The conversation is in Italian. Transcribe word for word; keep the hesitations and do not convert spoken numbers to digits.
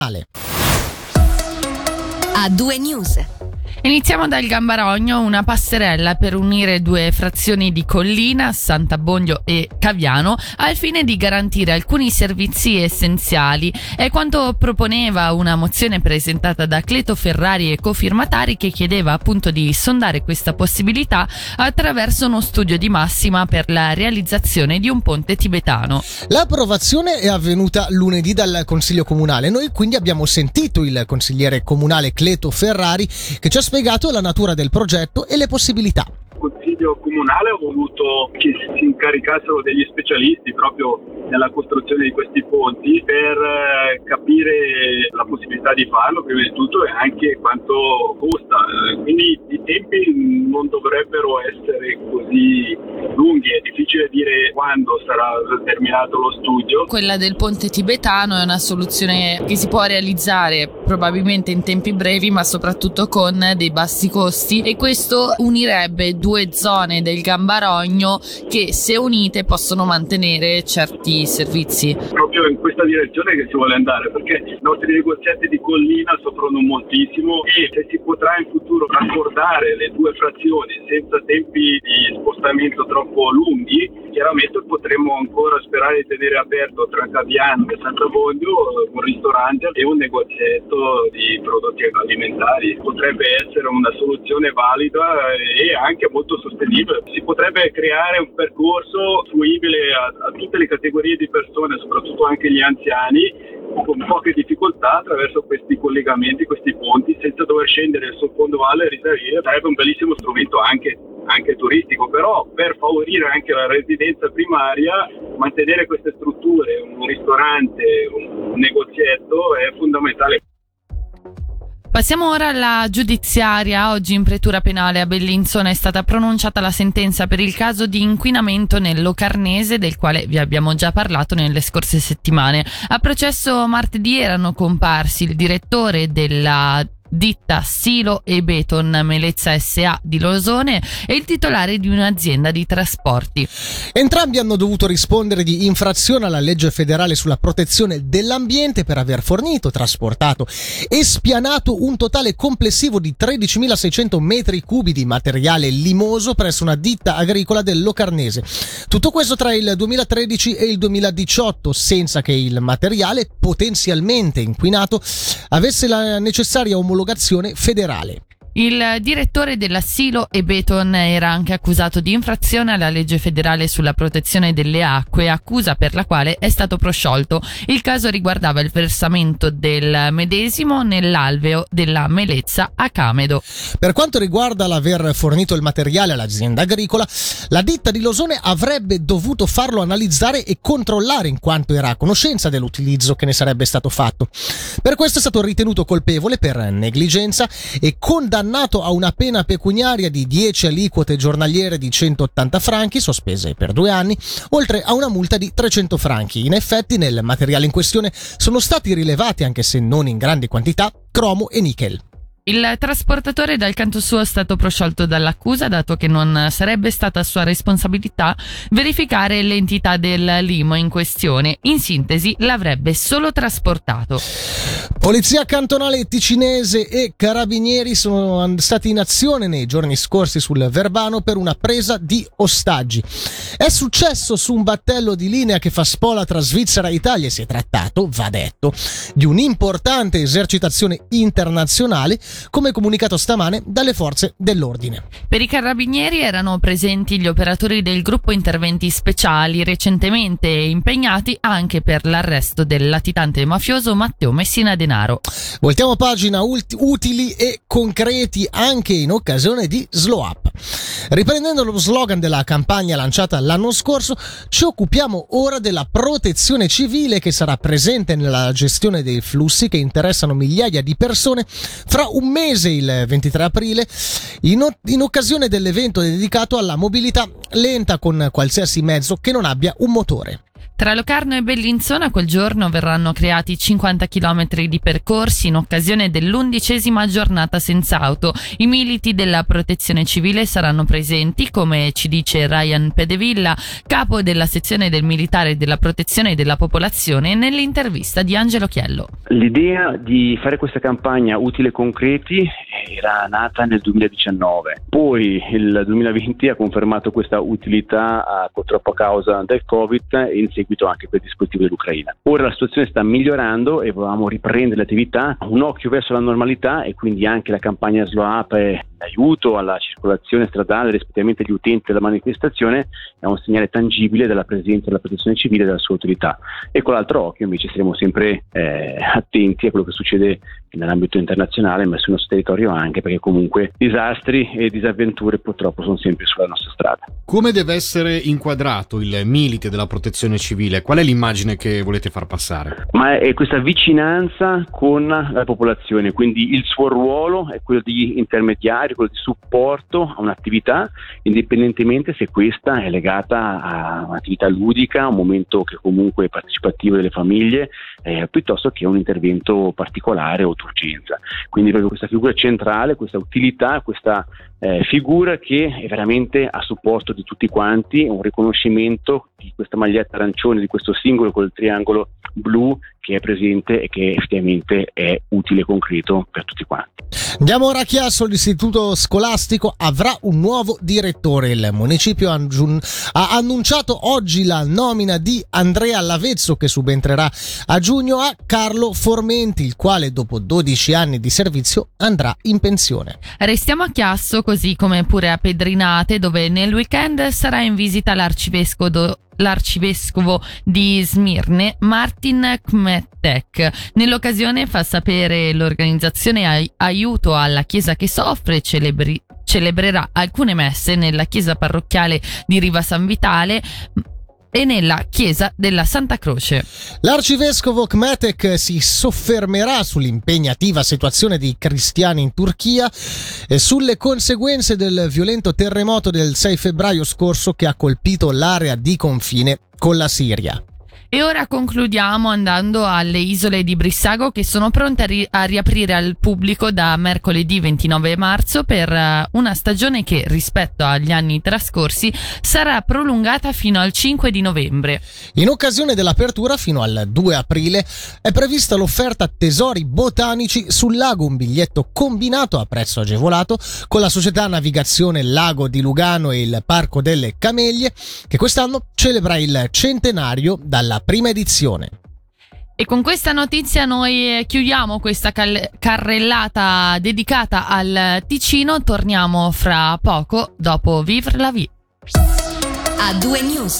A due News. Iniziamo dal Gambarogno, una passerella per unire due frazioni di Collina, Sant'Abbondio e Caviano, al fine di garantire alcuni servizi essenziali. È quanto proponeva una mozione presentata da Cleto Ferrari e cofirmatari, che chiedeva appunto di sondare questa possibilità attraverso uno studio di massima per la realizzazione di un ponte tibetano. L'approvazione è avvenuta lunedì dal Consiglio Comunale. Noi quindi abbiamo sentito il consigliere comunale Cleto Ferrari, che ci ha spiegato la natura del progetto e le possibilità. Il Consiglio Comunale ha voluto che si incaricassero degli specialisti proprio nella costruzione di questi ponti per eh, capire la possibilità di farlo prima di tutto e anche quanto costa. Quindi i tempi non dovrebbero essere così lunghi, è difficile dire quando sarà terminato lo studio. Quella del ponte tibetano è una soluzione che si può realizzare probabilmente in tempi brevi, ma soprattutto con dei bassi costi, e questo unirebbe due zone del Gambarogno che, se unite, possono mantenere certi servizi. Proprio in questa direzione che si vuole andare, perché i nostri negozianti di Collina soffrono moltissimo, e se si potrà in futuro raccordare le due frazioni senza tempi di spostamento troppo lunghi, chiaramente potremmo ancora sperare di tenere aperto tra Caviano e Sant'Abbondio un ristorante e un negozietto di prodotti alimentari. Potrebbe essere una soluzione valida e anche molto sostenibile. Si potrebbe creare un percorso fruibile a, a tutte le categorie di persone, soprattutto anche gli anziani, con poche difficoltà attraverso questi collegamenti, questi ponti, senza dover scendere sul fondovalle e risalire. Sarebbe un bellissimo strumento anche, anche turistico, però per favorire anche la residenza primaria, mantenere queste strutture, un ristorante, un negozietto, è fondamentale. Passiamo ora alla giudiziaria. Oggi in pretura penale a Bellinzona è stata pronunciata la sentenza per il caso di inquinamento nel Locarnese, del quale vi abbiamo già parlato nelle scorse settimane. A processo martedì erano comparsi il direttore della ditta Silo e Beton Melezza S A di Losone e il titolare di un'azienda di trasporti. Entrambi hanno dovuto rispondere di infrazione alla legge federale sulla protezione dell'ambiente per aver fornito, trasportato e spianato un totale complessivo di tredicimilaseicento metri cubi di materiale limoso presso una ditta agricola del Locarnese. Tutto questo tra il duemilatredici e il duemiladiciotto, senza che il materiale potenzialmente inquinato avesse la necessaria omologazione federale. Il direttore della Silo e Beton era anche accusato di infrazione alla legge federale sulla protezione delle acque, accusa per la quale è stato prosciolto. Il caso riguardava il versamento del medesimo nell'alveo della Melezza a Camedo. Per quanto riguarda l'aver fornito il materiale all'azienda agricola, la ditta di Losone avrebbe dovuto farlo analizzare e controllare, in quanto era a conoscenza dell'utilizzo che ne sarebbe stato fatto. Per questo è stato ritenuto colpevole per negligenza e condannato a una pena pecuniaria di dieci aliquote giornaliere di centottanta franchi, sospese per due anni, oltre a una multa di trecento franchi. In effetti, nel materiale in questione sono stati rilevati, anche se non in grandi quantità, cromo e nichel. Il trasportatore dal canto suo è stato prosciolto dall'accusa, dato che non sarebbe stata sua responsabilità verificare l'entità del limo in questione. In sintesi, l'avrebbe solo trasportato. Polizia cantonale ticinese e carabinieri sono stati in azione nei giorni scorsi sul Verbano per una presa di ostaggi. È successo su un battello di linea che fa spola tra Svizzera e Italia e si è trattato, va detto, di un'importante esercitazione internazionale, come comunicato stamane dalle forze dell'ordine. Per i carabinieri erano presenti gli operatori del gruppo interventi speciali, recentemente impegnati anche per l'arresto del latitante mafioso Matteo Messina Denaro. Voltiamo pagina, ulti- utili e concreti anche in occasione di Slow Up. Riprendendo lo slogan della campagna lanciata l'anno scorso, ci occupiamo ora della protezione civile, che sarà presente nella gestione dei flussi che interessano migliaia di persone fra un mese, il ventitré aprile, in, o- in occasione dell'evento dedicato alla mobilità lenta con qualsiasi mezzo che non abbia un motore. Tra Locarno e Bellinzona quel giorno verranno creati cinquanta chilometri di percorsi in occasione dell'undicesima giornata senza auto. I militi della Protezione Civile saranno presenti, come ci dice Ryan Pedevilla, capo della sezione del militare della protezione della popolazione, nell'intervista di Angelo Chiello. L'idea di fare questa campagna utili e concreti era nata nel duemiladiciannove, poi il duemilaventi ha confermato questa utilità purtroppo a causa del Covid e in seguito anche per il dispositivo dell'Ucraina. Ora la situazione sta migliorando e volevamo riprendere l'attività, un occhio verso la normalità, e quindi anche la campagna Slow Up è aiuto alla circolazione stradale rispettivamente agli utenti della manifestazione è un segnale tangibile della presenza della protezione civile e della sua utilità. E con l'altro occhio invece saremo sempre eh, attenti a quello che succede nell'ambito internazionale ma sul nostro territorio anche, perché comunque disastri e disavventure purtroppo sono sempre sulla nostra strada. Come deve essere inquadrato il milite della protezione civile? Qual è l'immagine che volete far passare? Ma è questa vicinanza con la popolazione, quindi il suo ruolo è quello di intermediario, quello di supporto a un'attività, indipendentemente se questa è legata a un'attività ludica, un momento che comunque è partecipativo delle famiglie, eh, piuttosto che un intervento particolare o d'urgenza. Quindi proprio questa figura centrale, questa utilità, questa eh, figura che è veramente a supporto di tutti quanti, un riconoscimento di questa maglietta arancione, di questo singolo con il triangolo blu che è presente e che effettivamente è utile e concreto per tutti quanti. Andiamo ora a Chiasso. L'istituto scolastico avrà un nuovo direttore. Il municipio ha annunciato oggi la nomina di Andrea Lavezzo, che subentrerà a giugno a Carlo Formenti, il quale dopo dodici anni di servizio andrà in pensione. Restiamo a Chiasso, così come pure a Pedrinate, dove nel weekend sarà in visita l'arcivescovo do- l'arcivescovo di Smirne, Martin Kmetek. Nell'occasione fa sapere l'organizzazione ai- Aiuto alla Chiesa che soffre celebri- celebrerà alcune messe nella chiesa parrocchiale di Riva San Vitale e nella chiesa della Santa Croce. L'arcivescovo Kmetek si soffermerà sull'impegnativa situazione dei cristiani in Turchia e sulle conseguenze del violento terremoto del sei febbraio scorso che ha colpito l'area di confine con la Siria. E ora concludiamo andando alle isole di Brissago, che sono pronte a, ri- a riaprire al pubblico da mercoledì ventinove marzo per uh, una stagione che rispetto agli anni trascorsi sarà prolungata fino al cinque di novembre. In occasione dell'apertura fino al due aprile è prevista l'offerta Tesori Botanici sul lago, un biglietto combinato a prezzo agevolato con la società Navigazione Lago di Lugano e il Parco delle Camelie, che quest'anno celebra il centenario dalla prima edizione. E con questa notizia noi chiudiamo questa cal- carrellata dedicata al Ticino. Torniamo fra poco dopo Vivre la Vie. A due News.